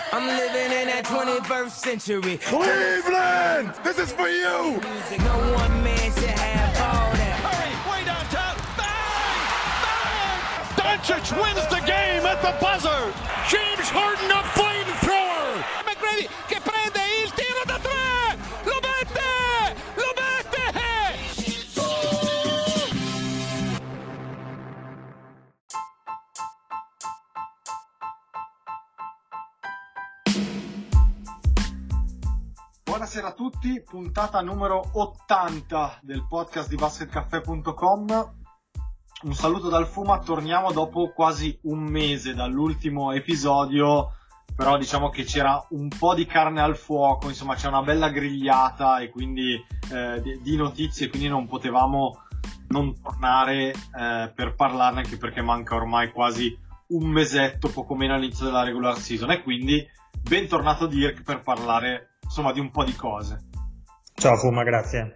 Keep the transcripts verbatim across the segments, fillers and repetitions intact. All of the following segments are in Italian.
I'm living in that twenty-first century. Cleveland, this is for you. No one man should have all that. Hurry, way downtown. Bang! Bang! Doncic wins the game at the buzzer. James Harden, a flamethrower. McGrady che prende il tiro da tre. Lo mette! Lo mette! Buonasera a tutti, puntata numero ottanta del podcast di basketcaffè punto com. Un saluto dal Fuma, torniamo dopo quasi un mese dall'ultimo episodio, però diciamo che c'era un po' di carne al fuoco, insomma c'è una bella grigliata e quindi eh, di, di notizie, quindi non potevamo non tornare eh, per parlarne, anche perché manca ormai quasi un mesetto, poco meno all'inizio della regular season, e quindi bentornato Dirk per parlare insomma di un po' di cose. Ciao Fuma, grazie.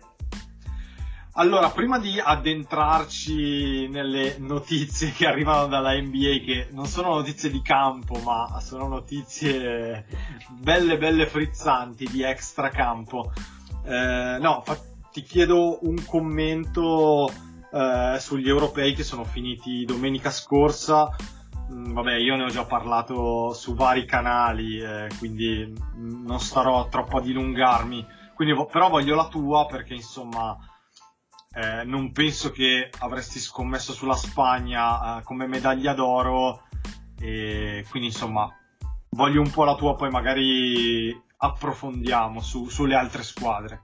Allora, prima di addentrarci nelle notizie che arrivano dalla N B A, che non sono notizie di campo ma sono notizie belle belle frizzanti di extracampo, eh, no, fa- ti chiedo un commento eh, sugli europei che sono finiti domenica scorsa. Vabbè, io ne ho già parlato su vari canali, eh, quindi non starò troppo a dilungarmi, quindi, però voglio la tua perché insomma eh, non penso che avresti scommesso sulla Spagna eh, come medaglia d'oro, e quindi insomma voglio un po' la tua, poi magari approfondiamo su, sulle altre squadre.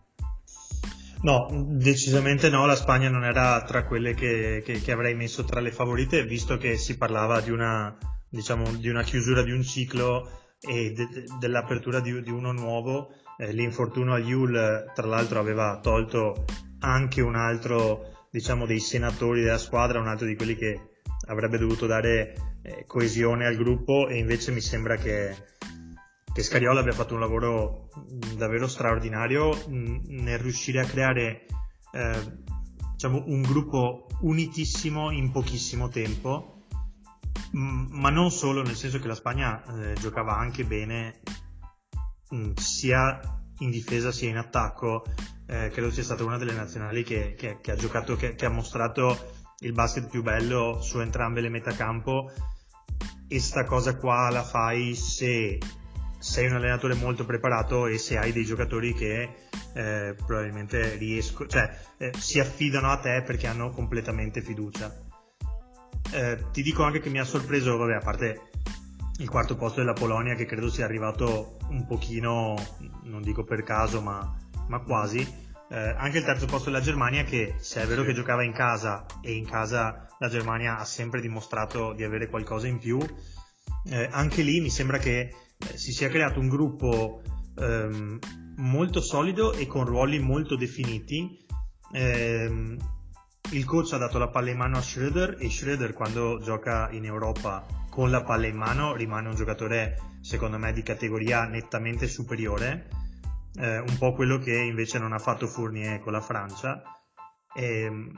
No, decisamente no, la Spagna non era tra quelle che, che, che avrei messo tra le favorite, visto che si parlava di una, diciamo, di una chiusura di un ciclo e de, de, dell'apertura di, di uno nuovo. Eh, l'infortunio a Yule, tra l'altro, aveva tolto anche un altro, diciamo, dei senatori della squadra, un altro di quelli che avrebbe dovuto dare eh, coesione al gruppo, e invece mi sembra che che Scariolo abbia fatto un lavoro davvero straordinario nel riuscire a creare eh, diciamo un gruppo unitissimo in pochissimo tempo, ma non solo, nel senso che la Spagna eh, giocava anche bene mh, sia in difesa sia in attacco. Eh, credo sia stata una delle nazionali che, che, che ha giocato, che, che ha mostrato il basket più bello su entrambe le metacampo, e sta cosa qua la fai se sei un allenatore molto preparato e se hai dei giocatori che eh, probabilmente riescono, cioè eh, si affidano a te perché hanno completamente fiducia. Eh, ti dico anche che mi ha sorpreso, vabbè, a parte il quarto posto della Polonia, che credo sia arrivato un pochino, non dico per caso, ma, ma quasi, eh, anche il terzo posto della Germania, che se è vero che giocava in casa, e in casa la Germania ha sempre dimostrato di avere qualcosa in più, eh, anche lì mi sembra che si sia creato un gruppo ehm, molto solido e con ruoli molto definiti. Ehm, il coach ha dato la palla in mano a Schröder, e Schröder, quando gioca in Europa con la palla in mano, rimane un giocatore secondo me di categoria nettamente superiore, eh, un po' quello che invece non ha fatto Fournier con la Francia. E,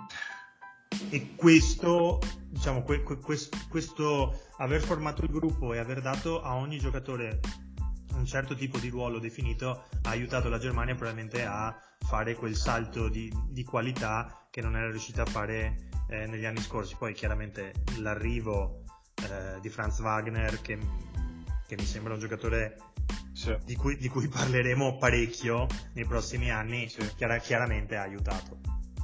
e questo, diciamo, que, que, questo aver formato il gruppo e aver dato a ogni giocatore un certo tipo di ruolo definito ha aiutato la Germania probabilmente a fare quel salto di, di qualità che non era riuscita a fare eh, negli anni scorsi. Poi chiaramente l'arrivo eh, di Franz Wagner, che, che mi sembra un giocatore sì. di, cui, di cui parleremo parecchio nei prossimi anni, sì. chiara, chiaramente ha aiutato.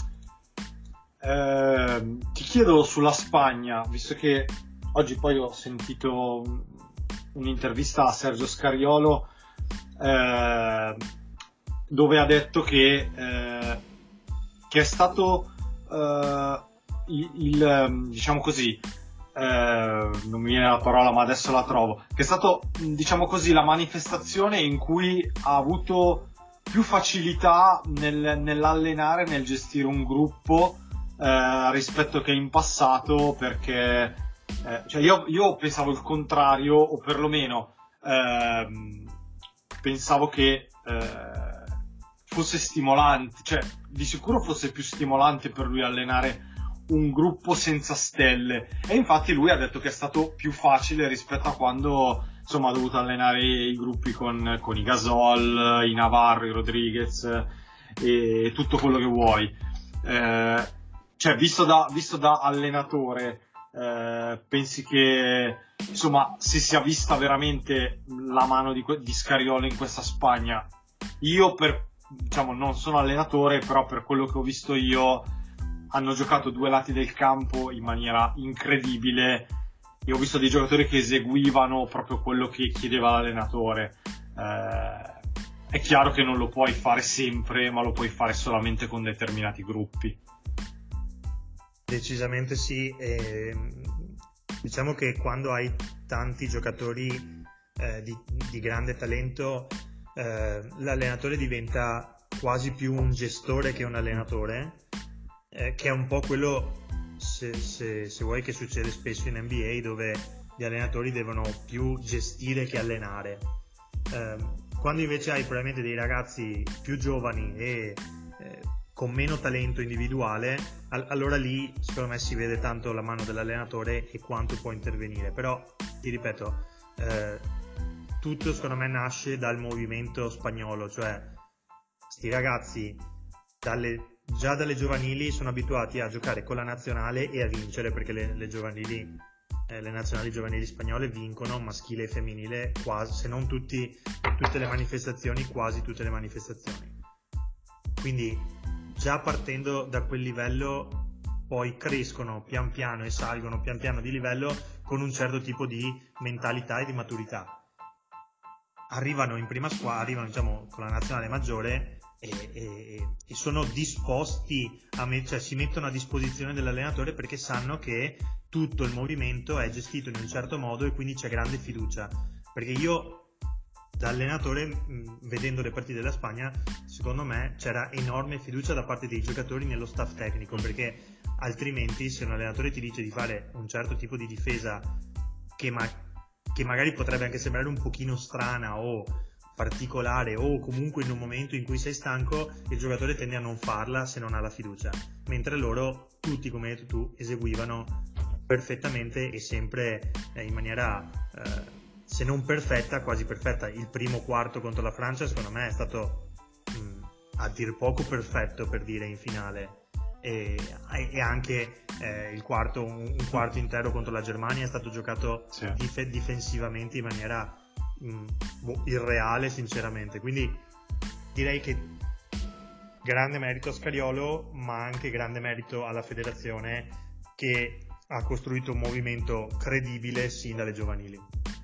Eh, ti chiedo sulla Spagna, visto che oggi poi ho sentito un'intervista a Sergio Scariolo eh, dove ha detto che, eh, che è stato eh, il, il diciamo così eh, non mi viene la parola ma adesso la trovo, che è stato diciamo così la manifestazione in cui ha avuto più facilità nel, nell'allenare, nel gestire un gruppo eh, rispetto che in passato, perché Eh, cioè io, io pensavo il contrario, o perlomeno ehm, pensavo che eh, fosse stimolante, cioè di sicuro fosse più stimolante per lui allenare un gruppo senza stelle, e infatti lui ha detto che è stato più facile rispetto a quando insomma ha dovuto allenare i gruppi con, con i Gasol, i Navarro, i Rodriguez e tutto quello che vuoi. Eh, cioè visto da, visto da allenatore, eh, pensi che insomma se sia vista veramente la mano di, di Scariolo in questa Spagna? Io per diciamo non sono allenatore, però per quello che ho visto io hanno giocato due lati del campo in maniera incredibile e ho visto dei giocatori che eseguivano proprio quello che chiedeva l'allenatore. Eh, è chiaro che non lo puoi fare sempre, ma lo puoi fare solamente con determinati gruppi. Decisamente sì, e diciamo che quando hai tanti giocatori eh, di, di grande talento, eh, l'allenatore diventa quasi più un gestore che un allenatore, eh, che è un po' quello, se, se, se vuoi, che succede spesso in N B A, dove gli allenatori devono più gestire che allenare. Eh, quando invece hai probabilmente dei ragazzi più giovani e eh, con meno talento individuale, allora lì secondo me si vede tanto la mano dell'allenatore e quanto può intervenire. Però ti ripeto, eh, tutto secondo me nasce dal movimento spagnolo, cioè sti ragazzi dalle, già dalle giovanili sono abituati a giocare con la nazionale e a vincere, perché le, le giovanili eh, le nazionali giovanili spagnole vincono maschile e femminile quasi, se non tutti, tutte le manifestazioni, quasi tutte le manifestazioni. Quindi già partendo da quel livello poi crescono pian piano e salgono pian piano di livello con un certo tipo di mentalità e di maturità. Arrivano in prima squadra, arrivano diciamo con la nazionale maggiore e, e, e sono disposti a me- cioè si mettono a disposizione dell'allenatore, perché sanno che tutto il movimento è gestito in un certo modo e quindi c'è grande fiducia. Perché io da allenatore, vedendo le partite della Spagna, secondo me c'era enorme fiducia da parte dei giocatori nello staff tecnico, perché altrimenti se un allenatore ti dice di fare un certo tipo di difesa che, ma- che magari potrebbe anche sembrare un pochino strana o particolare, o comunque in un momento in cui sei stanco, il giocatore tende a non farla se non ha la fiducia, mentre loro tutti, come hai detto tu, eseguivano perfettamente e sempre eh, in maniera eh, se non perfetta, quasi perfetta. Il primo quarto contro la Francia secondo me è stato mh, a dir poco perfetto, per dire, in finale, e, e anche eh, il quarto un, un quarto intero contro la Germania è stato giocato sì. dif- difensivamente in maniera mh, boh, irreale sinceramente. Quindi direi che grande merito a Scariolo, ma anche grande merito alla federazione, che ha costruito un movimento credibile sin dalle giovanili.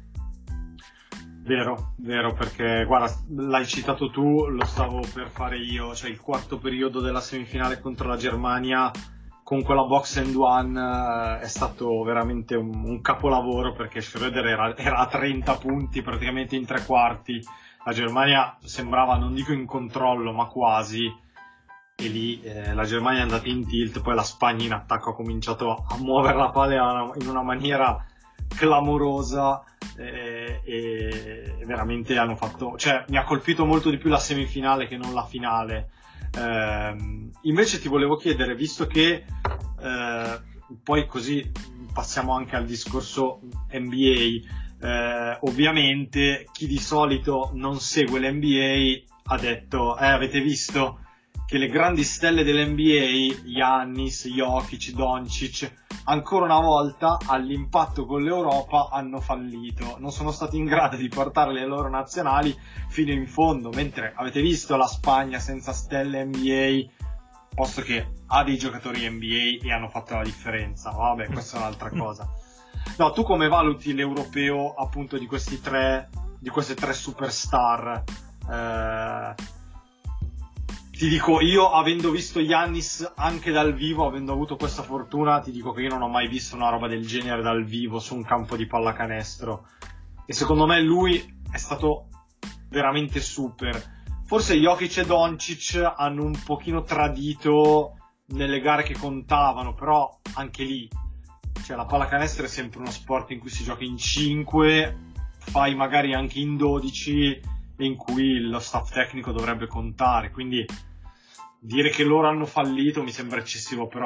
Vero, vero, perché guarda, l'hai citato tu, lo stavo per fare io, cioè il quarto periodo della semifinale contro la Germania con quella box and one è stato veramente un, un capolavoro, perché Schröder era, era a trenta punti praticamente in tre quarti, la Germania sembrava, non dico in controllo, ma quasi, e lì eh, la Germania è andata in tilt, poi la Spagna in attacco ha cominciato a muovere la palla in una maniera clamorosa, eh, e veramente hanno fatto, cioè mi ha colpito molto di più la semifinale che non la finale. Eh, invece ti volevo chiedere, visto che eh, poi così passiamo anche al discorso N B A, eh, ovviamente chi di solito non segue l'N B A ha detto eh, avete visto che le grandi stelle dell'N B A, Giannis, Jokic, Doncic, ancora una volta all'impatto con l'Europa hanno fallito, non sono stati in grado di portare le loro nazionali fino in fondo, mentre avete visto la Spagna senza stelle N B A, posto che ha dei giocatori N B A e hanno fatto la differenza. Vabbè, questa è un'altra cosa. No, tu come valuti l'europeo appunto di questi tre, di queste tre superstar? Eh, Ti dico, io avendo visto Giannis anche dal vivo, avendo avuto questa fortuna, ti dico che io non ho mai visto una roba del genere dal vivo su un campo di pallacanestro, e secondo me lui è stato veramente super. Forse Jokic e Doncic hanno un pochino tradito nelle gare che contavano, però anche lì, cioè la pallacanestro è sempre uno sport in cui si gioca in cinque, fai magari anche in dodici, e in cui lo staff tecnico dovrebbe contare, quindi dire che loro hanno fallito mi sembra eccessivo, però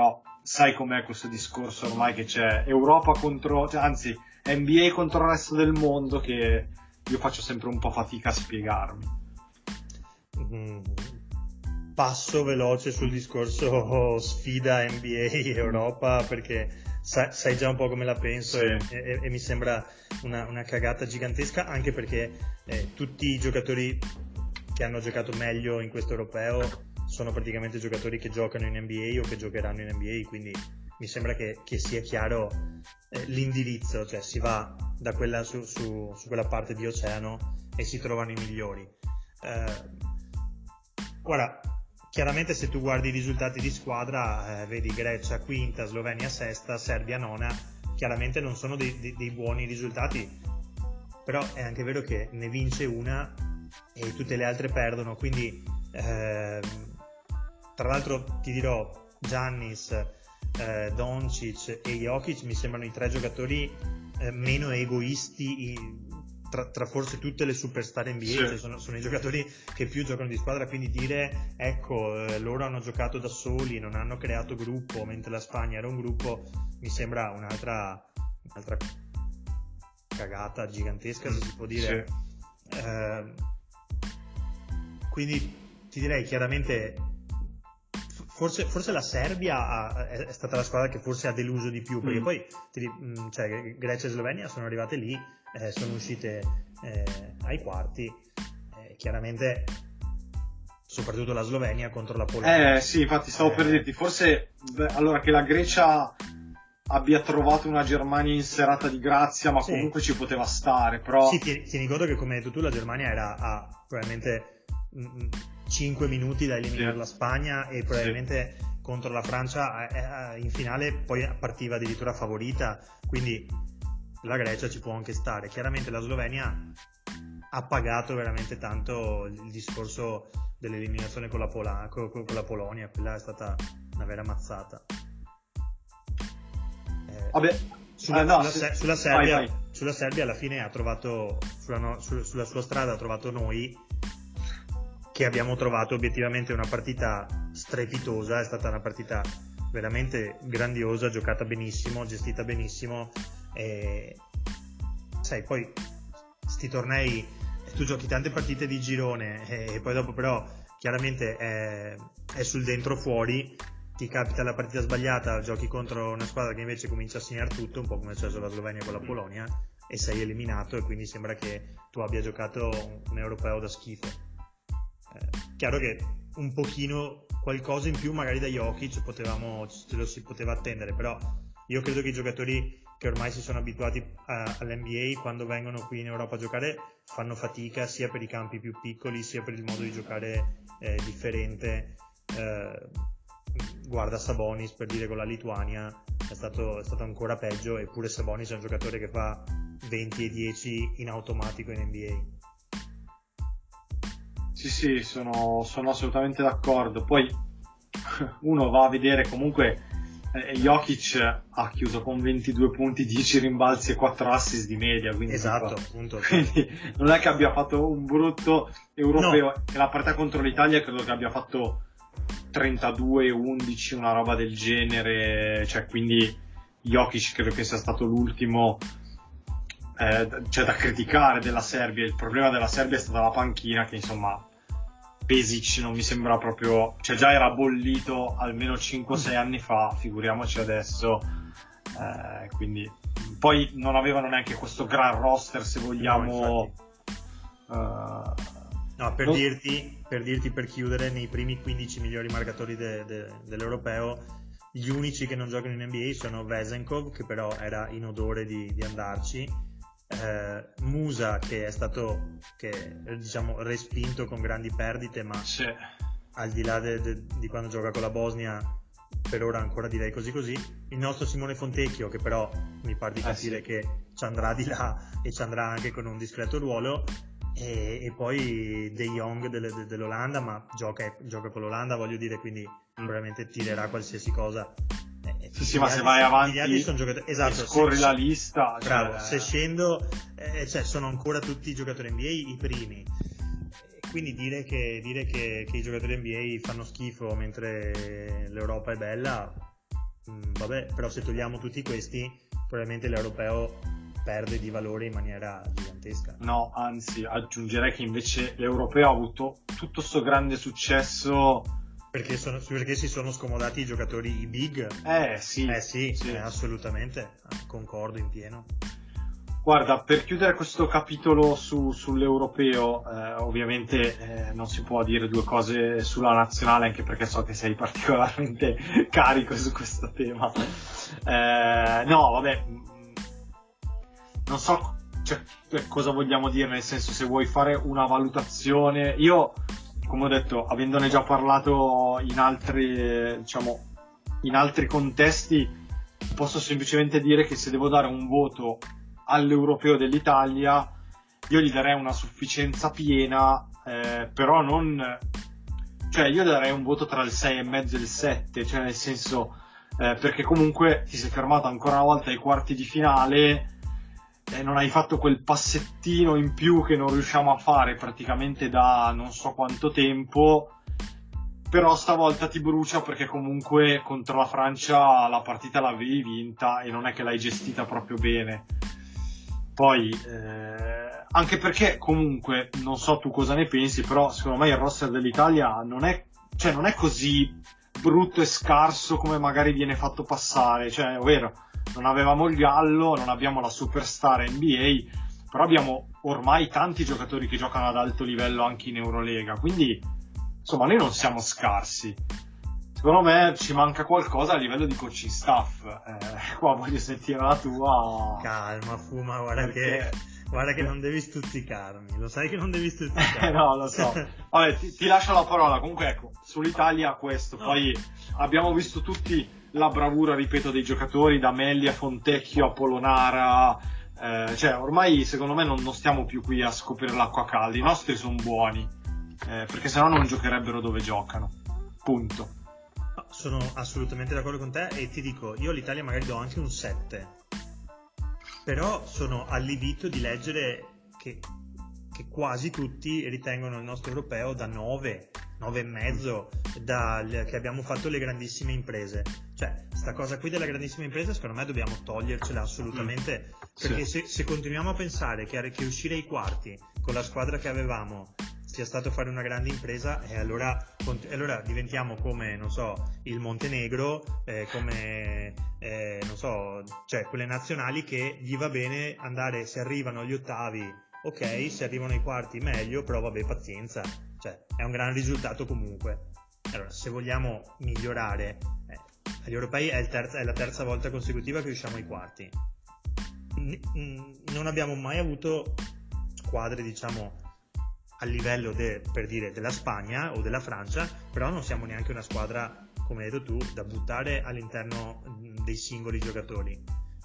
sai com'è questo discorso ormai che c'è Europa contro, cioè, anzi N B A contro il resto del mondo, che io faccio sempre un po' fatica a spiegarmi. Mm, passo veloce sul discorso sfida N B A Europa, perché sai, sai già un po' come la penso. Sì. e, e, e mi sembra una, una cagata gigantesca, anche perché eh, tutti i giocatori che hanno giocato meglio in questo europeo sono praticamente giocatori che giocano in N B A o che giocheranno in N B A, quindi mi sembra che, che sia chiaro eh, l'indirizzo, cioè si va da quella su, su, su quella parte di oceano e si trovano i migliori. Eh, guarda, chiaramente se tu guardi i risultati di squadra, eh, vedi Grecia quinta, Slovenia sesta, Serbia nona, chiaramente non sono dei, dei, dei buoni risultati, però è anche vero che ne vince una e tutte le altre perdono, quindi eh, tra l'altro ti dirò, Giannis, eh, Doncic e Jokic mi sembrano i tre giocatori eh, meno egoisti tra, tra forse tutte le superstar N B A. Sì. Cioè sono, sono i giocatori che più giocano di squadra, quindi dire ecco eh, loro hanno giocato da soli, non hanno creato gruppo, mentre la Spagna era un gruppo, mi sembra un'altra, un'altra cagata gigantesca, se si può dire. Sì. Eh, quindi ti direi chiaramente forse, forse la Serbia ha, è stata la squadra che forse ha deluso di più, perché mm. poi ti, cioè, Grecia e Slovenia sono arrivate lì, eh, sono uscite eh, ai quarti, eh, chiaramente soprattutto la Slovenia contro la Polonia. Eh sì, infatti stavo eh, per dirti, forse beh, allora che la Grecia abbia trovato una Germania in serata di grazia, ma sì, comunque ci poteva stare, però... Sì, tieni, tieni conto che come hai detto tu la Germania era a probabilmente cinque minuti da eliminare sì. la Spagna, e probabilmente sì. contro la Francia in finale poi partiva addirittura favorita, quindi la Grecia ci può anche stare. Chiaramente la Slovenia ha pagato veramente tanto il discorso dell'eliminazione con la, Pola- con, con la Polonia, quella è stata una vera mazzata. Eh, Vabbè, sulla, eh, no, sulla, se... sulla, Serbia, vai, vai. sulla Serbia alla fine ha trovato sulla, no, su, sulla sua strada ha trovato noi, che abbiamo trovato obiettivamente una partita strepitosa. È stata una partita veramente grandiosa, giocata benissimo, gestita benissimo, e sai, poi sti tornei tu giochi tante partite di girone e poi dopo però chiaramente è, è sul dentro fuori, ti capita la partita sbagliata, giochi contro una squadra che invece comincia a segnare tutto, un po' come è successo la Slovenia con la Polonia, e sei eliminato, e quindi sembra che tu abbia giocato un europeo da schifo. Eh, chiaro che un pochino qualcosa in più magari da Jokic potevamo, ce lo si poteva attendere, però io credo che i giocatori che ormai si sono abituati all'N B A, quando vengono qui in Europa a giocare, fanno fatica sia per i campi più piccoli sia per il modo di giocare eh, differente. Eh, guarda Sabonis, per dire, con la Lituania è stato, è stato ancora peggio, eppure Sabonis è un giocatore che fa venti e dieci in automatico in N B A. Sì, sì, sono, sono assolutamente d'accordo. Poi uno va a vedere comunque eh, Jokic ha chiuso con ventidue punti, dieci rimbalzi e quattro assist di media, quindi, esatto, appunto. Quindi non è che abbia fatto un brutto europeo. No. E la partita contro l'Italia credo che abbia fatto trentadue undici, una roba del genere, cioè, quindi Jokic credo che sia stato l'ultimo eh, cioè da criticare della Serbia. Il problema della Serbia è stata la panchina, che insomma Pesic non mi sembra proprio, cioè già era bollito almeno cinque sei anni fa, figuriamoci adesso, eh, quindi poi non avevano neanche questo gran roster, se vogliamo. No, uh, no per, non... dirti, per dirti per chiudere, nei primi quindici migliori marcatori de, de, dell'europeo gli unici che non giocano in N B A sono Vesenkov, che però era in odore di, di andarci, Eh, Musa, che è stato che, diciamo respinto con grandi perdite, ma sì, al di là de, de, di quando gioca con la Bosnia per ora ancora direi così così. Il nostro Simone Fontecchio, che però mi pare di capire eh sì. che ci andrà di là e ci andrà anche con un discreto ruolo, e, e poi De Jong de, de, dell'Olanda, ma gioca, gioca con l'Olanda, voglio dire, quindi probabilmente tirerà qualsiasi cosa. Sì, sì, ma se vai avanti sono giocatori... esatto, scorri se, la lista, bravo, cioè... se scendo eh, cioè, sono ancora tutti i giocatori N B A i primi, quindi dire che, dire che, che i giocatori N B A fanno schifo mentre l'Europa è bella mh, vabbè, però se togliamo tutti questi, probabilmente l'europeo perde di valore in maniera gigantesca. No, anzi, aggiungerei che invece l'europeo ha avuto tutto sto grande successo perché, sono, perché si sono scomodati i giocatori, i big. Eh sì, eh sì, sì. Eh, assolutamente, concordo in pieno. Guarda, per chiudere questo capitolo su, sull'europeo, eh, ovviamente eh, non si può dire due cose sulla nazionale, anche perché so che sei particolarmente carico su questo tema. Eh, no, vabbè, non so cioè, cosa vogliamo dire, nel senso, se vuoi fare una valutazione. Io, come ho detto, avendone già parlato in altri, diciamo, in altri contesti, posso semplicemente dire che se devo dare un voto all'europeo dell'Italia, io gli darei una sufficienza piena, eh, però non, cioè io darei un voto tra il sei e mezzo e il sette, cioè nel senso, eh, perché comunque ti sei fermato ancora una volta ai quarti di finale e non hai fatto quel passettino in più che non riusciamo a fare praticamente da non so quanto tempo. Però stavolta ti brucia perché comunque contro la Francia la partita l'avevi vinta e non è che l'hai gestita proprio bene. Poi, eh, anche perché comunque, non so tu cosa ne pensi, però secondo me il roster dell'Italia non è, cioè non è così brutto e scarso come magari viene fatto passare. Cioè, ovvero, non avevamo il Gallo, non abbiamo la superstar N B A, però abbiamo ormai tanti giocatori che giocano ad alto livello anche in Eurolega, quindi insomma noi non siamo scarsi. Secondo me ci manca qualcosa a livello di coaching staff. Eh, qua voglio sentire la tua. Calma, Fuma, guarda perché... che guarda che non devi stuzzicarmi, lo sai che non devi stuzzicarmi. no, lo so. Vabbè, ti, ti lascio la parola. Comunque ecco, sull'Italia questo. No. Poi abbiamo visto tutti la bravura, ripeto, dei giocatori, da Melli a Fontecchio a Polonara. Eh, cioè, ormai secondo me non, non stiamo più qui a scoprire l'acqua calda. I nostri sono buoni, eh, perché sennò non giocherebbero dove giocano. Punto. Sono assolutamente d'accordo con te e ti dico, io all'Italia magari do anche un sette, però sono allibito di leggere che, che quasi tutti ritengono il nostro europeo da nove, nove e mezzo, da, che abbiamo fatto le grandissime imprese. Cioè, sta cosa qui della grandissima impresa secondo me dobbiamo togliercela assolutamente, perché sì. se, se continuiamo a pensare che, che uscire ai quarti con la squadra che avevamo sia stato fare una grande impresa, e allora, allora diventiamo come, non so, il Montenegro, eh, come, eh, non so, cioè quelle nazionali che gli va bene andare, se arrivano agli ottavi, ok, se arrivano ai quarti meglio, però vabbè, pazienza, cioè è un gran risultato comunque. Allora, se vogliamo migliorare, eh, agli europei è, il terza, è la terza volta consecutiva che riusciamo ai quarti. N- non abbiamo mai avuto squadre, diciamo, a livello de, per dire della Spagna o della Francia, però non siamo neanche una squadra, come hai detto tu, da buttare all'interno dei singoli giocatori.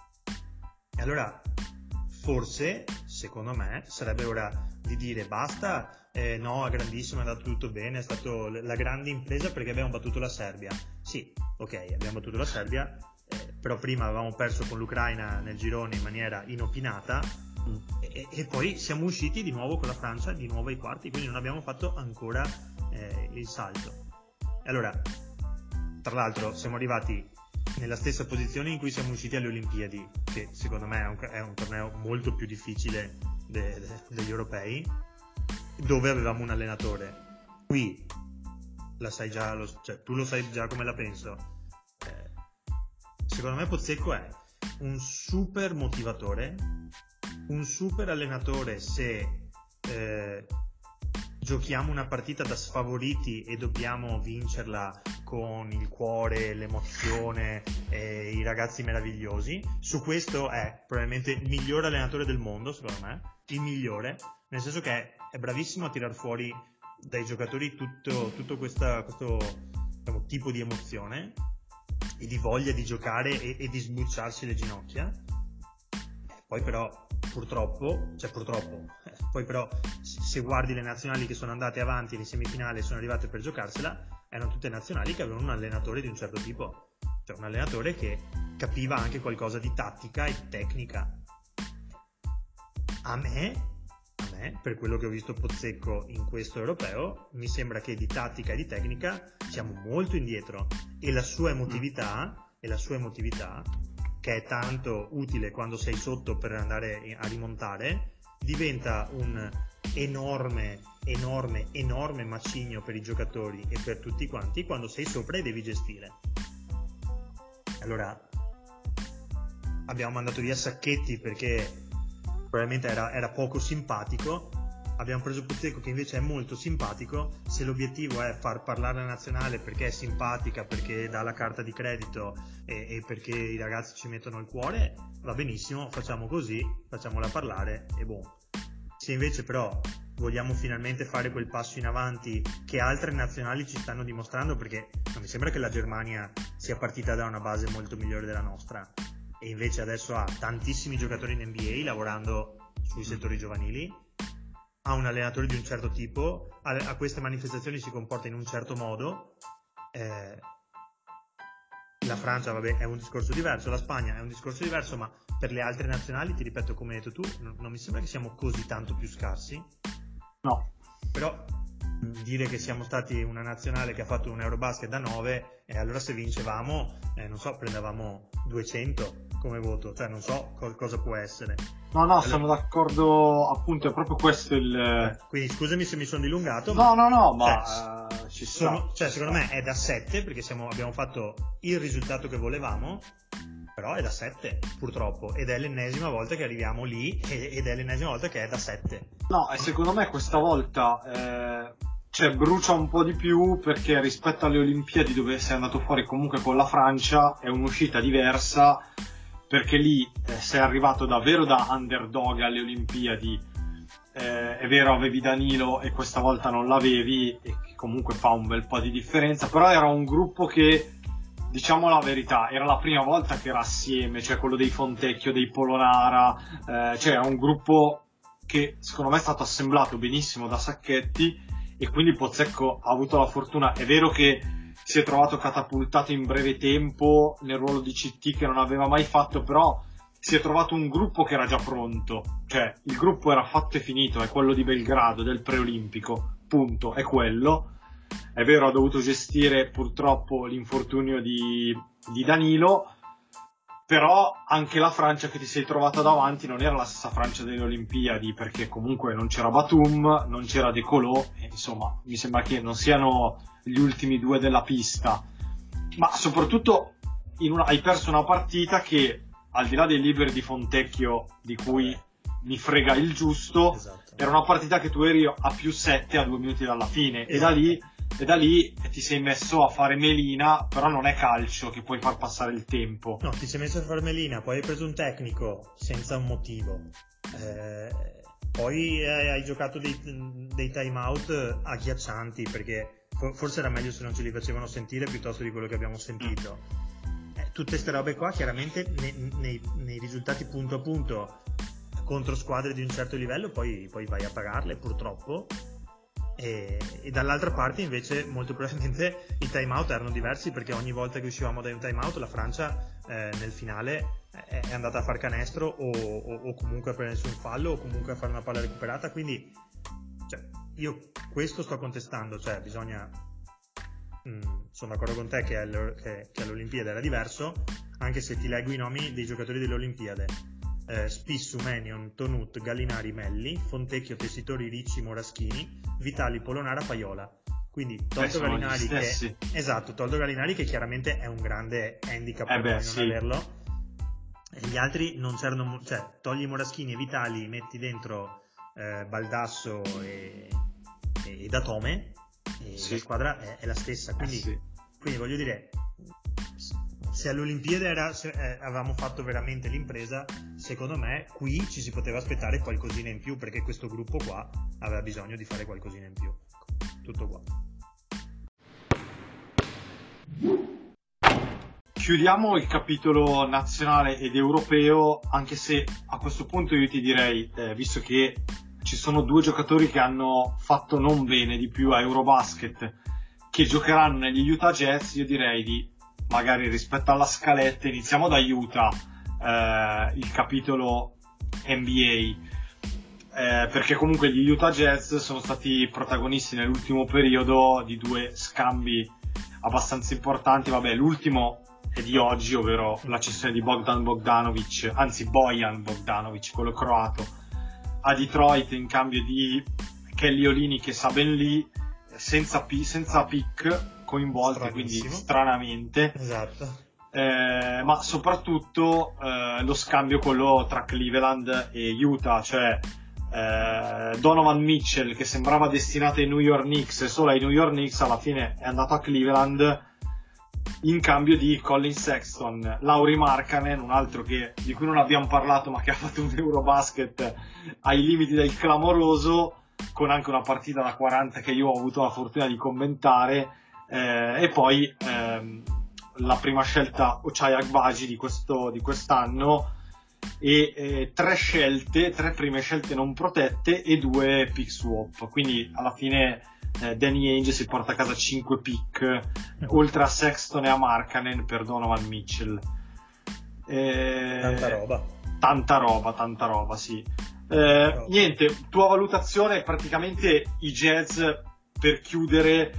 E allora forse, secondo me, sarebbe ora di dire basta, eh, no, è grandissimo, è andato tutto bene, è stato la grande impresa perché abbiamo battuto la Serbia. Sì, ok, abbiamo battuto la Serbia, eh, però prima avevamo perso con l'Ucraina nel girone in maniera inopinata. E, e poi siamo usciti di nuovo con la Francia, di nuovo ai quarti, quindi non abbiamo fatto ancora eh, il salto. E allora, tra l'altro, siamo arrivati nella stessa posizione in cui siamo usciti alle Olimpiadi, che secondo me è un, è un torneo molto più difficile de, de, degli europei, dove avevamo un allenatore. Qui la sai già, lo, cioè, tu lo sai già come la penso. Eh, secondo me Pozzecco è un super motivatore, un super allenatore se eh, giochiamo una partita da sfavoriti e dobbiamo vincerla con il cuore, l'emozione e i ragazzi meravigliosi. Su questo è probabilmente il miglior allenatore del mondo, secondo me, il migliore, nel senso che è, è bravissimo a tirar fuori dai giocatori tutto, tutto questa, questo diciamo, tipo di emozione e di voglia di giocare e, e di sbucciarsi le ginocchia. Poi però purtroppo, cioè purtroppo, eh, poi però se guardi le nazionali che sono andate avanti in semifinale e sono arrivate per giocarsela, erano tutte nazionali che avevano un allenatore di un certo tipo, cioè un allenatore che capiva anche qualcosa di tattica e tecnica. A me, a me, per quello che ho visto Pozzecco in questo europeo, mi sembra che di tattica e di tecnica siamo molto indietro e la sua emotività e la sua emotività, che è tanto utile quando sei sotto per andare a rimontare, diventa un enorme, enorme, enorme macigno per i giocatori e per tutti quanti quando sei sopra e devi gestire. Allora abbiamo mandato via Sacchetti perché probabilmente era, era poco simpatico, abbiamo preso Pozzecco che invece è molto simpatico. Se l'obiettivo è far parlare la nazionale perché è simpatica, perché dà la carta di credito e, e perché i ragazzi ci mettono il cuore, va benissimo, facciamo così, facciamola parlare e boh. Se invece però vogliamo finalmente fare quel passo in avanti che altre nazionali ci stanno dimostrando, perché non mi sembra che la Germania sia partita da una base molto migliore della nostra e invece adesso ha tantissimi giocatori in N B A lavorando sui settori giovanili, ha un allenatore di un certo tipo, a, a queste manifestazioni si comporta in un certo modo. eh, la Francia vabbè è un discorso diverso, la Spagna è un discorso diverso, ma per le altre nazionali, ti ripeto, come hai detto tu, non, non mi sembra che siamo così tanto più scarsi. No. Però dire che siamo stati una nazionale che ha fatto un Eurobasket da nove e allora se vincevamo, eh, non so, prendevamo duecento come voto, cioè non so co- cosa può essere. No, no, allora, sono d'accordo, appunto, è proprio questo il... Eh, quindi scusami se mi sono dilungato. No, ma... no, no, ma cioè, uh, ci sono, sta. Cioè, ci secondo sta. me è da sette, perché siamo, abbiamo fatto il risultato che volevamo, però è da sette, purtroppo, ed è l'ennesima volta che arriviamo lì, ed è l'ennesima volta che è da sette. No, e secondo me questa volta eh, cioè, brucia un po' di più, perché rispetto alle Olimpiadi dove sei andato fuori comunque con la Francia è un'uscita diversa, perché lì eh, sei arrivato davvero da underdog alle Olimpiadi. Eh, è vero, avevi Danilo e questa volta non l'avevi, e che comunque fa un bel po' di differenza, però era un gruppo che, diciamo la verità, era la prima volta che era assieme, cioè quello dei Fontecchio, dei Polonara, eh, cioè era un gruppo che secondo me è stato assemblato benissimo da Sacchetti, e quindi Pozzecco ha avuto la fortuna, è vero che si è trovato catapultato in breve tempo nel ruolo di C T che non aveva mai fatto, però si è trovato un gruppo che era già pronto, cioè il gruppo era fatto e finito, è quello di Belgrado, del preolimpico, punto, è quello. È vero, ha dovuto gestire purtroppo l'infortunio di, di Danilo, però anche la Francia che ti sei trovata davanti non era la stessa Francia delle Olimpiadi, perché comunque non c'era Batum, non c'era De Colò, e insomma mi sembra che non siano gli ultimi due della pista, ma soprattutto in una, hai perso una partita che, al di là dei liberi di Fontecchio di cui mi frega il giusto, esatto, era una partita che tu eri a più sette a due minuti dalla fine, esatto, e da lì e da lì ti sei messo a fare melina, però non è calcio che puoi far passare il tempo. No, ti sei messo a fare melina, poi hai preso un tecnico senza un motivo, eh, poi hai giocato dei, dei time out agghiaccianti, perché forse era meglio se non ce li facevano sentire piuttosto di quello che abbiamo sentito. Eh, tutte queste robe qua chiaramente nei, nei, nei risultati punto a punto contro squadre di un certo livello poi, poi vai a pagarle, purtroppo. E, e dall'altra parte invece molto probabilmente i time out erano diversi, perché ogni volta che uscivamo da un time out la Francia eh, nel finale è, è andata a far canestro o, o, o comunque a prendersi un fallo o comunque a fare una palla recuperata, quindi cioè, io questo sto contestando, cioè bisogna mh, sono d'accordo con te che, che, che all'Olimpiade era diverso, anche se ti leggo i nomi dei giocatori dell'Olimpiade: Eh, Spissu, Menion, Tonut, Gallinari, Melli, Fontecchio, Tessitori, Ricci, Moraschini, Vitali, Polonara, Paiola. Quindi tolto eh, Gallinari che, esatto, tolto Gallinari che chiaramente è un grande handicap eh per beh, noi non sì. averlo, e gli altri non c'erano, cioè togli Moraschini e Vitali, metti dentro eh, Baldasso e, e, e Datome e sì. la squadra è, è la stessa, quindi, eh, sì. quindi voglio dire, se all'Olimpiade era, se, eh, avevamo fatto veramente l'impresa, secondo me qui ci si poteva aspettare qualcosina in più, perché questo gruppo qua aveva bisogno di fare qualcosina in più. Tutto qua. Chiudiamo il capitolo nazionale ed europeo, anche se a questo punto io ti direi, eh, visto che ci sono due giocatori che hanno fatto non bene di più a Eurobasket, che giocheranno negli Utah Jazz, io direi di magari rispetto alla scaletta iniziamo da Utah, eh, il capitolo N B A, eh, perché comunque gli Utah Jazz sono stati protagonisti nell'ultimo periodo di due scambi abbastanza importanti. Vabbè, l'ultimo è di oggi, ovvero la cessione di Bogdan Bogdanovic, anzi Bojan Bogdanovic, quello croato, a Detroit in cambio di Kelly Olynyk e Saben Lee, senza, p- senza pick coinvolti, quindi stranamente. Esatto. Eh, ma soprattutto eh, lo scambio quello tra Cleveland e Utah, cioè eh, Donovan Mitchell, che sembrava destinato ai New York Knicks e solo ai New York Knicks, alla fine è andato a Cleveland in cambio di Colin Sexton. Lauri Markkanen, un altro che, di cui non abbiamo parlato ma che ha fatto un Eurobasket ai limiti del clamoroso, con anche una partita da quaranta che io ho avuto la fortuna di commentare, eh, e poi ehm, la prima scelta Ochai Agbaji di, questo, di quest'anno e eh, tre scelte, tre prime scelte non protette e due pick swap, quindi alla fine eh, Danny Ainge si porta a casa cinque pick oltre a Sexton e a Markkanen per Donovan Mitchell. Eh, tanta roba tanta roba tanta roba sì. Eh, roba. Niente, tua valutazione è praticamente i Jazz per chiudere.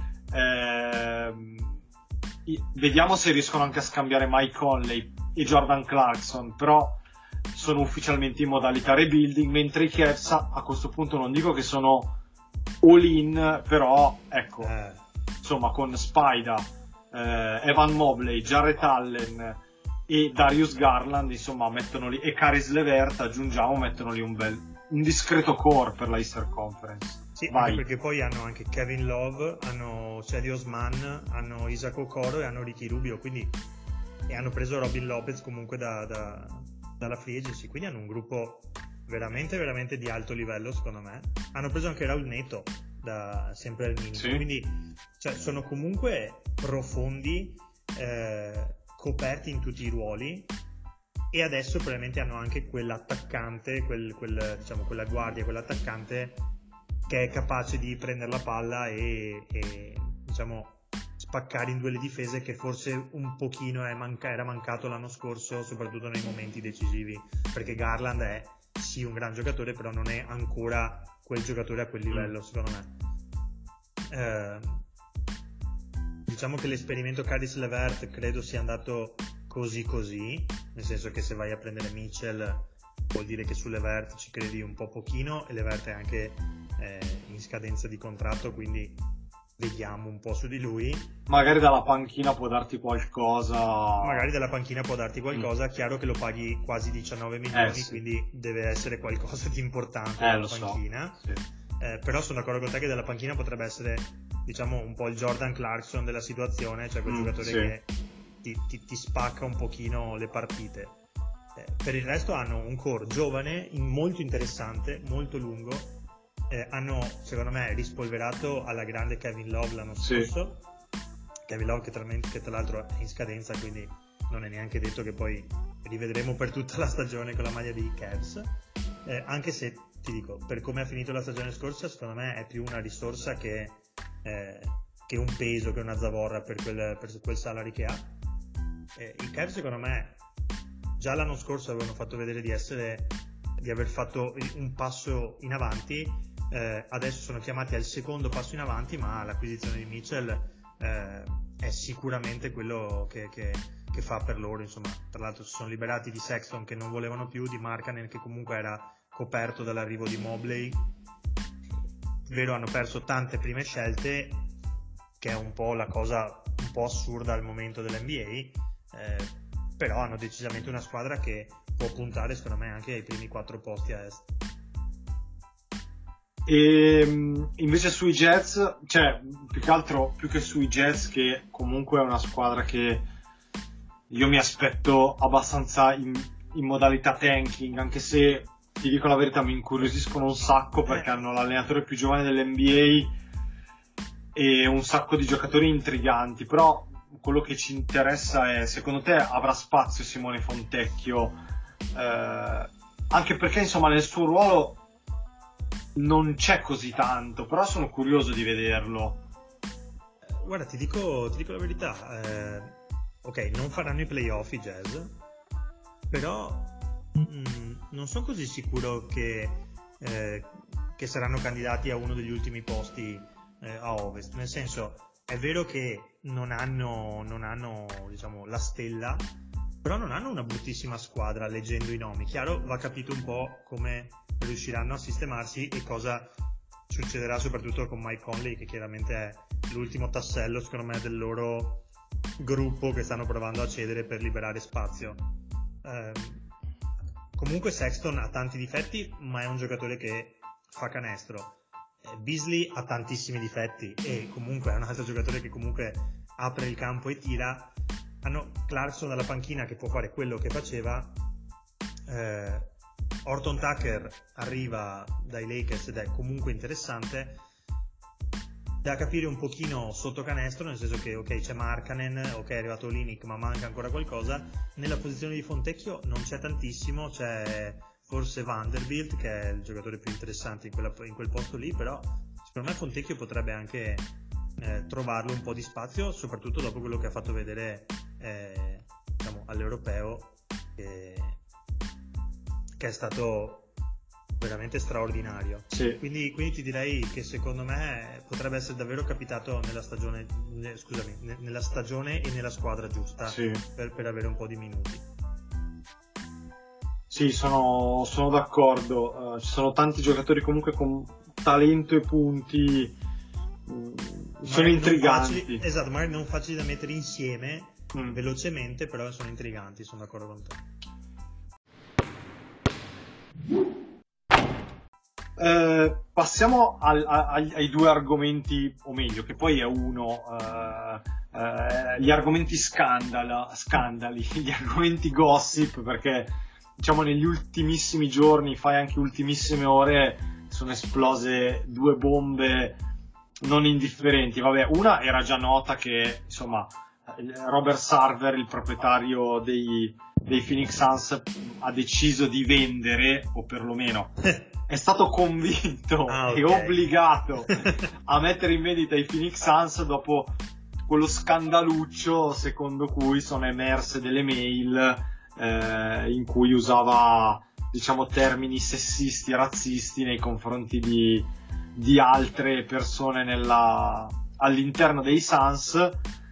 eh, Vediamo se riescono anche a scambiare Mike Conley e Jordan Clarkson, però sono ufficialmente in modalità rebuilding, mentre i Cavs a questo punto non dico che sono all in, però ecco, eh. insomma con Spida, eh, Evan Mobley, Jarrett Allen e Darius Garland, insomma mettono lì, e Caris LeVert aggiungiamo, mettono lì un bel, un discreto core per la Eastern Conference. Sì, anche perché poi hanno anche Kevin Love, hanno Cedi Osman, hanno Isaac Okoro e hanno Ricky Rubio, quindi, e hanno preso Robin Lopez comunque da, da, dalla free agency, quindi hanno un gruppo veramente veramente di alto livello secondo me. Hanno preso anche Raul Neto da sempre al minimo, sì. Quindi cioè, sono comunque profondi, eh, coperti in tutti i ruoli, e adesso probabilmente hanno anche quell'attaccante, quel, quel, diciamo quella guardia, quell'attaccante che è capace di prendere la palla e, e diciamo spaccare in due le difese, che forse un pochino è manca- era mancato l'anno scorso, soprattutto nei momenti decisivi, perché Garland è sì un gran giocatore, però non è ancora quel giocatore a quel livello, secondo me. Eh, diciamo che l'esperimento Caris LeVert credo sia andato così così, nel senso che se vai a prendere Mitchell vuol dire che su LeVert ci credi un po' pochino, e LeVert è anche eh, in scadenza di contratto, quindi vediamo un po' su di lui. Magari dalla panchina può darti qualcosa. Magari dalla panchina può darti qualcosa, mm. Chiaro che lo paghi quasi diciannove milioni, eh, sì. Quindi deve essere qualcosa di importante eh, dalla panchina. So. Sì. Eh, però sono d'accordo con te che dalla panchina potrebbe essere, diciamo, un po' il Jordan Clarkson della situazione, cioè quel mm, giocatore sì. che ti, ti, ti spacca un pochino le partite. Eh, per il resto hanno un core giovane, molto interessante, molto lungo. Eh, hanno secondo me rispolverato alla grande Kevin Love l'anno scorso, sì. Kevin Love che tra, che tra l'altro è in scadenza, quindi non è neanche detto che poi rivedremo per tutta la stagione con la maglia dei Cavs, eh, anche se ti dico, per come ha finito la stagione scorsa, secondo me è più una risorsa che, eh, che un peso, che una zavorra per quel, per quel salary che ha. Eh, i Cavs secondo me già l'anno scorso avevano fatto vedere di essere di aver fatto un passo in avanti. Eh, adesso sono chiamati al secondo passo in avanti, ma l'acquisizione di Mitchell eh, è sicuramente quello che, che, che fa per loro, insomma. Tra l'altro si sono liberati di Sexton che non volevano più, di Markkanen che comunque era coperto dall'arrivo di Mobley. Vero, hanno perso tante prime scelte, che è un po' la cosa un po' assurda al momento dell'N B A, eh, però hanno decisamente una squadra che può puntare secondo me anche ai primi quattro posti a est. E invece sui Jazz, cioè più che altro, più che sui Jazz, che comunque è una squadra che io mi aspetto abbastanza in, in modalità tanking, anche se ti dico la verità mi incuriosiscono un sacco perché hanno l'allenatore più giovane dell'N B A e un sacco di giocatori intriganti, però quello che ci interessa è, secondo te avrà spazio Simone Fontecchio, eh, anche perché insomma nel suo ruolo non c'è così tanto, però sono curioso di vederlo. Guarda, ti dico, ti dico la verità, eh, ok, non faranno i playoff i Jazz, però mh, non sono così sicuro che, eh, che saranno candidati a uno degli ultimi posti eh, a Ovest, nel senso è vero che non hanno, non hanno diciamo, la stella, però non hanno una bruttissima squadra leggendo i nomi. Chiaro, va capito un po' come riusciranno a sistemarsi e cosa succederà soprattutto con Mike Conley, che chiaramente è l'ultimo tassello secondo me del loro gruppo che stanno provando a cedere per liberare spazio. Eh, comunque Sexton ha tanti difetti, ma è un giocatore che fa canestro. eh, Beasley ha tantissimi difetti e comunque è un altro giocatore che comunque apre il campo e tira. Hanno Clarkson dalla panchina che può fare quello che faceva. eh, Horton Tucker arriva dai Lakers ed è comunque interessante. Da capire un pochino sotto canestro, nel senso che ok, c'è Markkanen, ok, è arrivato Olynyk, ma manca ancora qualcosa. Nella posizione di Fontecchio non c'è tantissimo, c'è forse Vanderbilt che è il giocatore più interessante in, quella, in quel posto lì, però secondo me Fontecchio potrebbe anche eh, trovarlo un po' di spazio, soprattutto dopo quello che ha fatto vedere eh, diciamo, all'Europeo, che, che è stato veramente straordinario. Sì. Quindi, quindi ti direi che secondo me potrebbe essere davvero capitato nella stagione, ne, scusami, ne, nella stagione e nella squadra giusta, Sì. per, per avere un po' di minuti. Sì, sono, sono d'accordo. Uh, ci sono tanti giocatori comunque con talento e punti, mm, sono Magari intriganti. non facili, esatto, magari non facili da mettere insieme Mm. velocemente, però sono intriganti, sono d'accordo con te. Eh, passiamo al, a, ai due argomenti, o meglio, che poi è uno, eh, eh, gli argomenti scandala, scandali, gli argomenti gossip, perché diciamo negli ultimissimi giorni, fai anche ultimissime ore, sono esplose due bombe non indifferenti. Vabbè, una era già nota, che insomma Robert Sarver, il proprietario dei, dei Phoenix Suns, ha deciso di vendere, o perlomeno è stato convinto ah, okay. e obbligato a mettere in vendita i Phoenix Suns dopo quello scandaluccio secondo cui sono emerse delle mail eh, in cui usava, diciamo, termini sessisti e razzisti nei confronti di, di altre persone nella, all'interno dei Suns,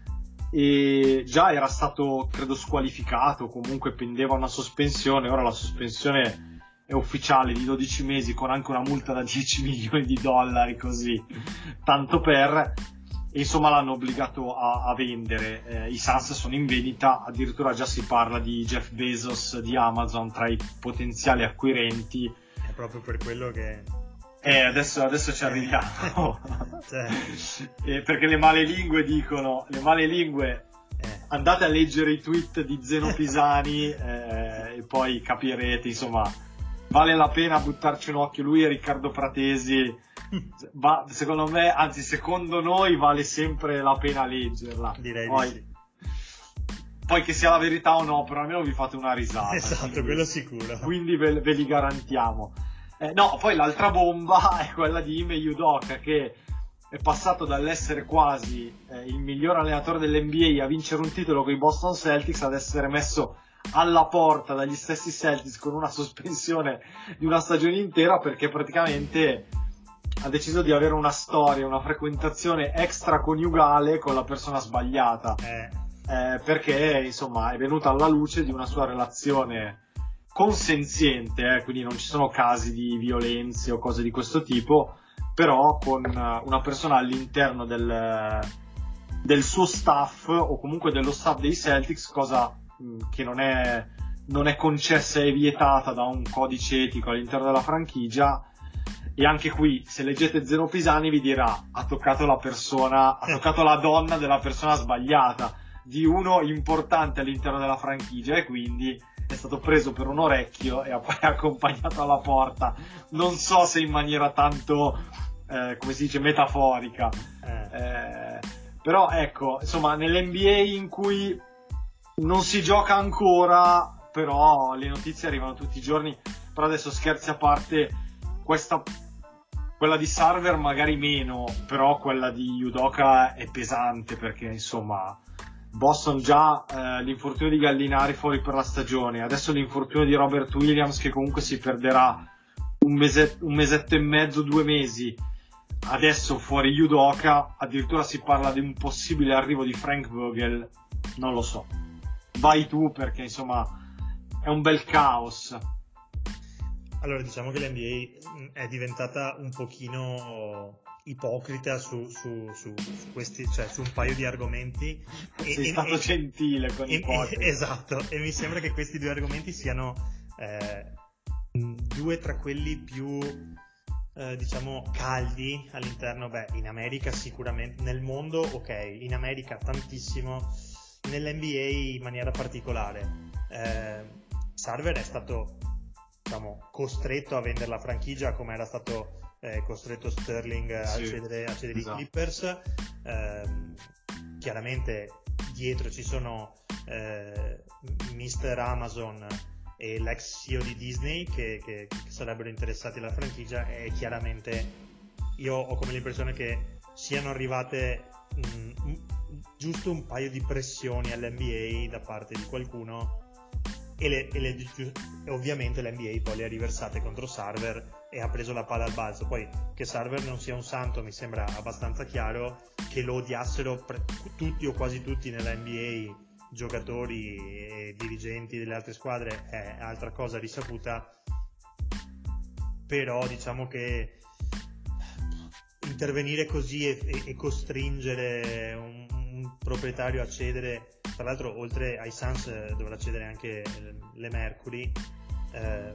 e già era stato credo squalificato, comunque pendeva una sospensione. Ora la sospensione è ufficiale di dodici mesi con anche una multa da dieci milioni di dollari, così tanto per, e insomma l'hanno obbligato a, a vendere. eh, i Suns sono in vendita, addirittura già si parla di Jeff Bezos di Amazon tra i potenziali acquirenti. È proprio per quello che eh adesso, adesso ci arriviamo. cioè. eh, perché le male lingue dicono, le male lingue eh. andate a leggere i tweet di Zeno Pisani eh, e poi capirete, insomma vale la pena buttarci un occhio. Lui e Riccardo Fratesi, va, secondo me, anzi secondo noi vale sempre la pena leggerla. Direi poi, di sì. Poi che sia la verità o no, però almeno vi fate una risata. Esatto, quindi, quello sicuro. Quindi ve, ve li garantiamo. Eh, no, poi l'altra bomba è quella di Ime Udoka, che è passato dall'essere quasi eh, il miglior allenatore dell'N B A a vincere un titolo con i Boston Celtics ad essere messo alla porta dagli stessi Celtics con una sospensione di una stagione intera, perché praticamente ha deciso di avere una storia, una frequentazione extraconiugale con la persona sbagliata. eh. Eh, perché insomma è venuta alla luce di una sua relazione consenziente, eh, quindi non ci sono casi di violenze o cose di questo tipo, però con uh, una persona all'interno del, del suo staff, o comunque dello staff dei Celtics, cosa mh, che non è, non è concessa e vietata da un codice etico all'interno della franchigia. E anche qui, se leggete Zeno Pisani, vi dirà: ha toccato la persona, ha toccato la donna della persona sbagliata, di uno importante all'interno della franchigia, e quindi è stato preso per un orecchio e ha poi accompagnato alla porta, non so se in maniera tanto eh, come si dice, metaforica, Eh. eh, però ecco, insomma, nell'N B A in cui non si gioca ancora, però le notizie arrivano tutti i giorni. Però adesso, scherzi a parte, questa quella di Sarver magari meno, però quella di Udoka è pesante, perché insomma Boston già eh, l'infortunio di Gallinari fuori per la stagione, adesso l'infortunio di Robert Williams che comunque si perderà un, mese, un mesetto e mezzo, due mesi, adesso fuori Udoka, addirittura si parla di un possibile arrivo di Frank Vogel, non lo so. Vai tu, perché insomma è un bel caos. Allora, diciamo che l'N B A è diventata un pochino ipocrita su, su, su, su questi, cioè su un paio di argomenti. Sei e, stato e, gentile con e, ipocrita. e, esatto, e mi sembra che questi due argomenti siano eh, due tra quelli più eh, diciamo caldi all'interno, beh, in America sicuramente, nel mondo ok, in America tantissimo, nell'N B A in maniera particolare. eh, Sarver è stato, diciamo, costretto a vendere la franchigia, come era stato eh, costretto Sterling a Sì, cedere, a cedere esatto. i Clippers. Eh, chiaramente dietro ci sono eh, mister Amazon e l'ex C E O di Disney che, che, che sarebbero interessati alla franchigia, e chiaramente io ho come l'impressione che siano arrivate mh, giusto un paio di pressioni all'N B A da parte di qualcuno, e, le, e, le, e ovviamente l'N B A poi le ha riversate contro Sarver e ha preso la palla al balzo. Poi che Sarver non sia un santo mi sembra abbastanza chiaro, che lo odiassero pre- tutti o quasi tutti nella N B A, giocatori e dirigenti delle altre squadre, è altra cosa risaputa. Però diciamo che intervenire così e, e, e costringere un, un proprietario a cedere, tra l'altro oltre ai Suns eh, dovrà cedere anche le Mercury, eh,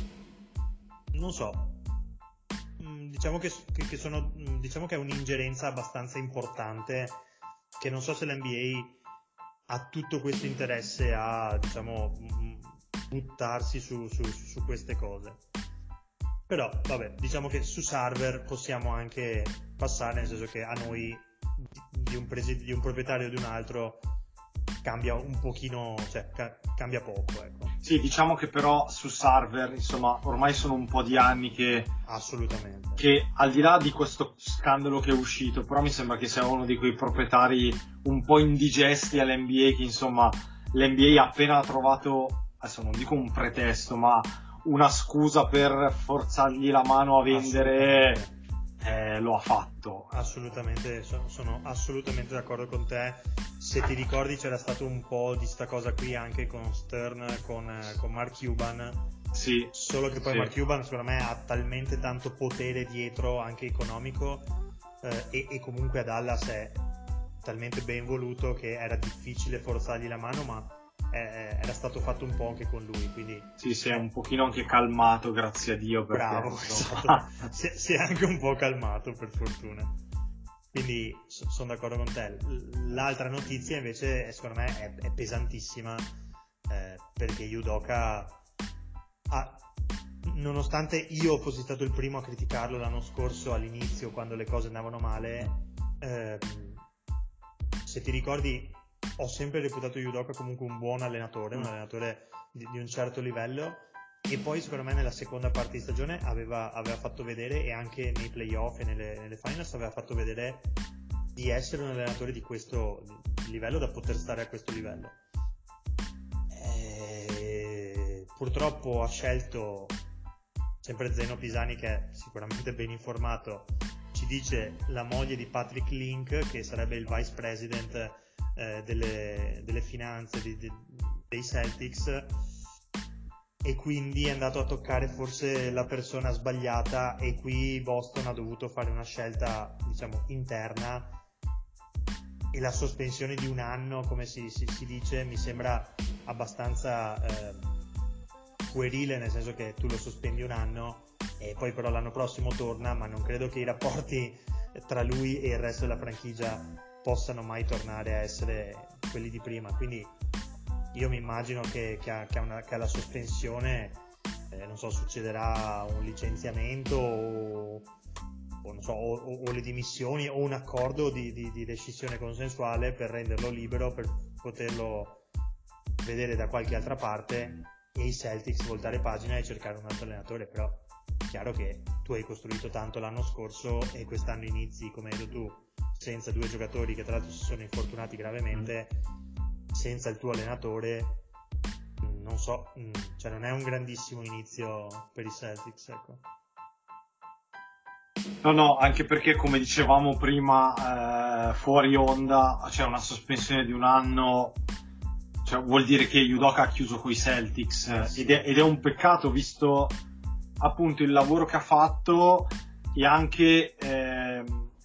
non so, mm, diciamo che, che, che sono diciamo che è un'ingerenza abbastanza importante, che non so se l'N B A ha tutto questo interesse a, diciamo, buttarsi su, su, su queste cose. Però vabbè, diciamo che su Sarver possiamo anche passare, nel senso che a noi di un, presi- di un proprietario o di un altro cambia un pochino, cioè ca- cambia poco, ecco. Sì, diciamo che però su Sarver, insomma, ormai sono un po' di anni che Assolutamente. che al di là di questo scandalo che è uscito, però mi sembra che sia uno di quei proprietari un po' indigesti all'N B A, che insomma l'N B A ha appena trovato, adesso non dico un pretesto, ma una scusa per forzargli la mano a vendere, eh, lo ha fatto. Assolutamente, sono, sono assolutamente d'accordo con te. Se ti ricordi c'era stato un po' di sta cosa qui anche con Stern, con, con Mark Cuban. Sì, solo che poi sì. Mark Cuban secondo me ha talmente tanto potere dietro, anche economico, eh, e, e comunque a Dallas è talmente ben voluto che era difficile forzargli la mano, ma eh, era stato fatto un po' anche con lui, quindi sì, si è un pochino anche calmato, grazie a Dio, perché, bravo, insomma... esatto. si, è, si è anche un po' calmato, per fortuna. Quindi so, sono d'accordo con te. L'altra notizia invece secondo me è, è pesantissima, eh, perché Udoka ha, nonostante io fossi stato il primo a criticarlo l'anno scorso all'inizio, quando le cose andavano male, eh, se ti ricordi ho sempre reputato Udoka comunque un buon allenatore, un allenatore di, di un certo livello, e poi secondo me nella seconda parte di stagione aveva, aveva fatto vedere, e anche nei playoff e nelle, nelle finals aveva fatto vedere di essere un allenatore di questo livello, da poter stare a questo livello. E purtroppo ha scelto, sempre Zeno Pisani, che è sicuramente ben informato, ci dice la moglie di Patrick Link, che sarebbe il vice president eh, delle, delle finanze di, di, dei Celtics, e quindi è andato a toccare forse la persona sbagliata, e qui Boston ha dovuto fare una scelta, diciamo, interna, e la sospensione di un anno, come si, si, si dice, mi sembra abbastanza eh, puerile, nel senso che tu lo sospendi un anno e poi però l'anno prossimo torna, ma non credo che i rapporti tra lui e il resto della franchigia possano mai tornare a essere quelli di prima. Quindi io mi immagino che, che, a, che, a una, che alla sospensione eh, non so, succederà un licenziamento o, o, non so, o, o le dimissioni o un accordo di, di, di rescissione consensuale per renderlo libero, per poterlo vedere da qualche altra parte, e i Celtics voltare pagina e cercare un altro allenatore. Però è chiaro che tu hai costruito tanto l'anno scorso e quest'anno inizi, come hai detto tu, senza due giocatori che tra l'altro si sono infortunati gravemente, senza il tuo allenatore, non so, cioè non è un grandissimo inizio per i Celtics, ecco. No, no, anche perché come dicevamo prima, eh, fuori onda, c'è cioè una sospensione di un anno, cioè vuol dire che Udoka ha chiuso coi Celtics, eh, sì. ed, è, ed è un peccato visto appunto il lavoro che ha fatto e anche eh,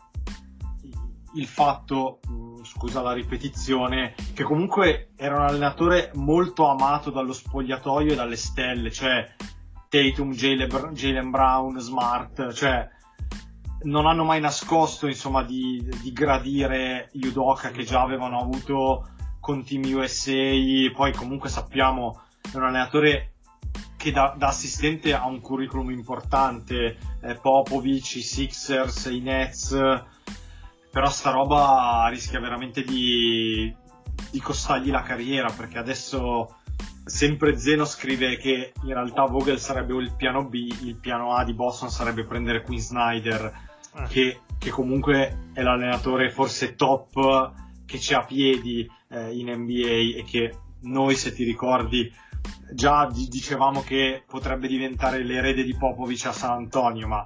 il fatto, mh, scusa la ripetizione, che comunque era un allenatore molto amato dallo spogliatoio e dalle stelle, cioè Tatum, Jaylen, Jaylen Brown, Smart, cioè non hanno mai nascosto insomma di, di gradire Udoka, che già avevano avuto con Team U S A. Poi comunque sappiamo è un allenatore che da, da assistente ha un curriculum importante, eh, Popovic, i Sixers, i Nets, però sta roba rischia veramente di, di costargli la carriera, perché adesso sempre Zeno scrive che in realtà Vogel sarebbe il piano B, il piano A di Boston sarebbe prendere Quinn Snyder, ah. che, che comunque è l'allenatore forse top che c'è a piedi eh, in N B A, e che noi, se ti ricordi, già d- dicevamo che potrebbe diventare l'erede di Popovic a San Antonio, ma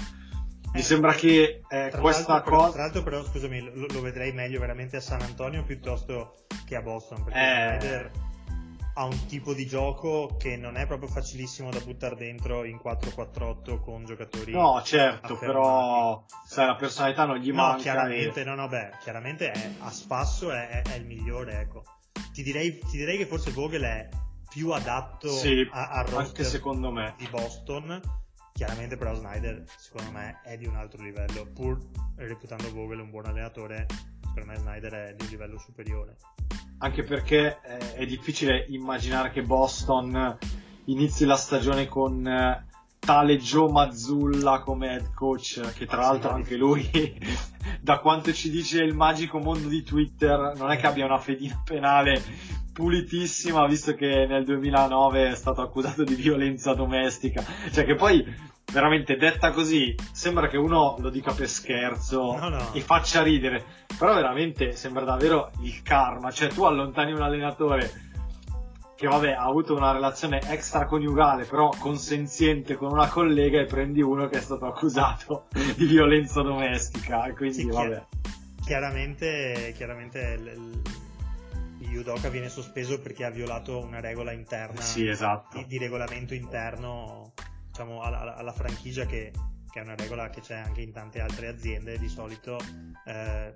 mi eh, sembra che eh, tra questa l'altro, cosa... Però, tra l'altro però, scusami, lo, lo vedrei meglio veramente a San Antonio piuttosto che a Boston, perché eh... Snyder ha un tipo di gioco che non è proprio facilissimo da buttare dentro in quattro quattro otto con giocatori. No, certo, affermati. Però sai, la personalità non gli no, manca. Chiaramente, e... no, no, beh, chiaramente è, a spasso è, è, è il migliore, ecco. Ti direi, ti direi che forse Vogel è più adatto sì, a, a roster anche secondo me di Boston. Chiaramente però Snyder secondo me è di un altro livello, pur reputando Vogel un buon allenatore. Per me Snyder è di un livello superiore, anche perché eh, è difficile immaginare che Boston inizi la stagione con eh, tale Joe Mazzulla come head coach, che tra l'altro anche lui da quanto ci dice il magico mondo di Twitter non è che abbia una fedina penale pulitissima, visto che nel duemilanove è stato accusato di violenza domestica, cioè che poi veramente detta così sembra che uno lo dica per scherzo, no, no. e faccia ridere, però veramente sembra davvero il karma, cioè tu allontani un allenatore che vabbè ha avuto una relazione extraconiugale però consenziente con una collega, e prendi uno che è stato accusato di violenza domestica, e quindi sì, vabbè chiaramente chiaramente l- l- Udoka viene sospeso perché ha violato una regola interna, sì, esatto. di, di regolamento interno, diciamo, alla, alla franchigia, che, che è una regola che c'è anche in tante altre aziende di solito. Eh,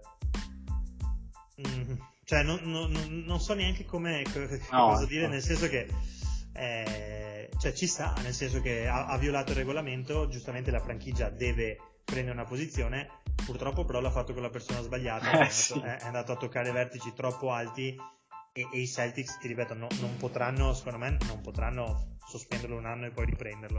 mm, cioè non, non, non so neanche come no, cosa dire, no. nel senso che eh, cioè ci sta, nel senso che ha, ha violato il regolamento, giustamente la franchigia deve prendere una posizione, purtroppo però l'ha fatto con la persona sbagliata, eh, è, sì. andato, è, è andato a toccare vertici troppo alti, e, e i Celtics, ti ripeto, no, non potranno, secondo me non potranno sospenderlo un anno e poi riprenderlo.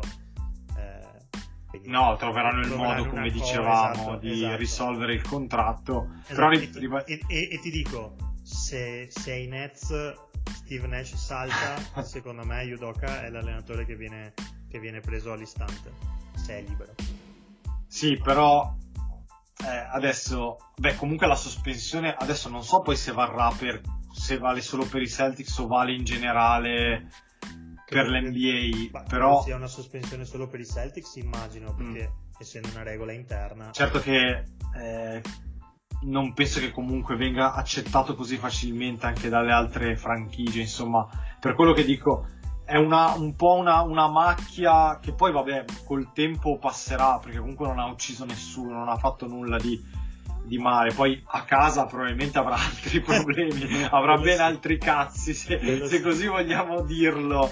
Eh, no, troveranno il modo, come dicevamo, esatto, di esatto. risolvere il contratto. Esatto. Però e, ri- e, e, e ti dico, se, se ai Nets Steve Nash salta, secondo me Udoka è l'allenatore che viene, che viene preso all'istante, se è libero. Sì, però eh, adesso, beh, comunque la sospensione adesso non so poi se varrà per, se vale solo per i Celtics o vale in generale per credo l'N B A, che, però sia una sospensione solo per i Celtics, immagino, perché mm. essendo una regola interna. Certo che eh, non penso che comunque venga accettato così facilmente anche dalle altre franchigie, insomma, per quello che dico è una, un po' una, una macchia che poi vabbè col tempo passerà, perché comunque non ha ucciso nessuno, non ha fatto nulla di, di male, poi a casa probabilmente avrà altri problemi, avrà ben altri cazzi, se, se così vogliamo dirlo,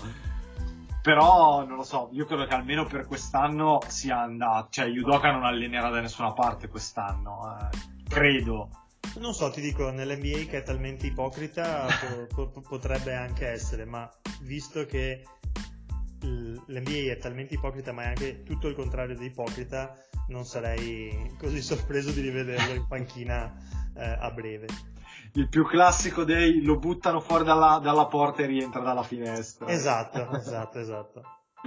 però non lo so, io credo che almeno per quest'anno sia andato, cioè Udoka non allenerà da nessuna parte quest'anno, eh, credo. Non so, ti dico, nell'N B A che è talmente ipocrita po- po- potrebbe anche essere, ma visto che l'N B A è talmente ipocrita ma è anche tutto il contrario di ipocrita, non sarei così sorpreso di rivederlo in panchina eh, a breve. Il più classico dei lo buttano fuori dalla, dalla porta e rientra dalla finestra. Esatto, esatto, esatto.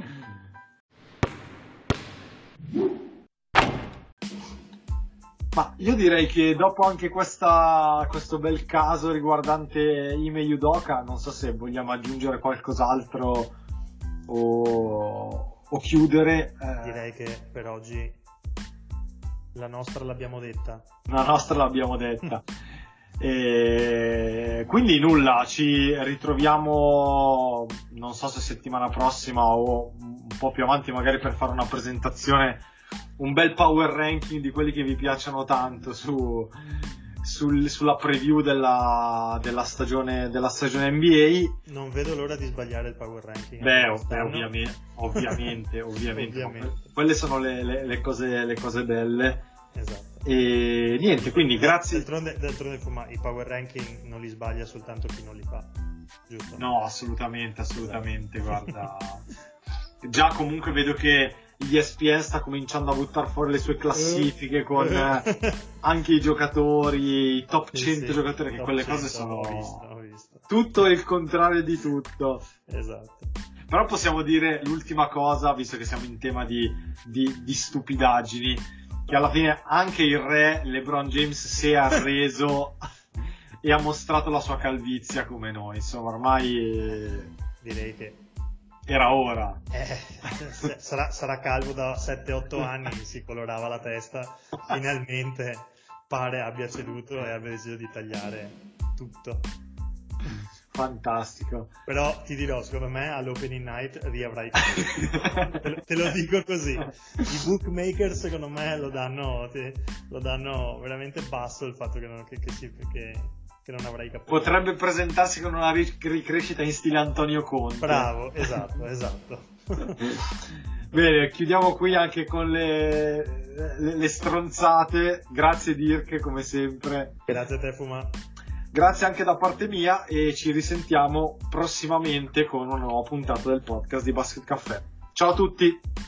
Ma io direi che dopo anche questa, questo bel caso riguardante Ime Udoka, non so se vogliamo aggiungere qualcos'altro o, o chiudere. Direi che per oggi La nostra l'abbiamo detta. La nostra l'abbiamo detta. E quindi nulla, ci ritroviamo, non so se settimana prossima o un po' più avanti, magari per fare una presentazione, un bel power ranking di quelli che vi piacciono tanto su, sul, sulla preview della, della stagione della stagione N B A. Non vedo l'ora di sbagliare il power ranking. Beh, ov- ovviamente, ovviamente, ovviamente. Ovviamente. Quelle sono le, le, le cose le cose belle. Esatto. E niente, quindi grazie. D'altronde, d'altronde Fuma, i power ranking non li sbaglia soltanto chi non li fa, giusto? No, assolutamente, assolutamente, guarda. Già comunque vedo che E S P N sta cominciando a buttare fuori le sue classifiche con eh, anche i giocatori, i top Sì, cento sì, giocatori, che top quelle cento, cose sono ho visto, ho visto. tutto il contrario di tutto. Esatto. Però possiamo dire l'ultima cosa, visto che siamo in tema di, di, di stupidaggini, che alla fine anche il re LeBron James si è arreso e ha mostrato la sua calvizia come noi. Insomma, ormai Direi che era ora. eh, sarà, sarà calvo da sette otto anni, si colorava la testa, finalmente pare abbia ceduto e abbia deciso di tagliare tutto. Fantastico. Però ti dirò, secondo me all'opening night riavrai te, lo, te lo dico così. I bookmaker secondo me lo danno ti, lo danno veramente basso il fatto che non, che, che, si, che, che non avrai capito. Potrebbe presentarsi con una ric- ricrescita in stile Antonio Conte. Bravo, esatto, esatto. Bene, chiudiamo qui anche con le, le, le stronzate. Grazie Dirk, come sempre. Grazie a te Fuma. Grazie anche da parte mia e ci risentiamo prossimamente con una nuova puntata del podcast di Basket Caffè. Ciao a tutti!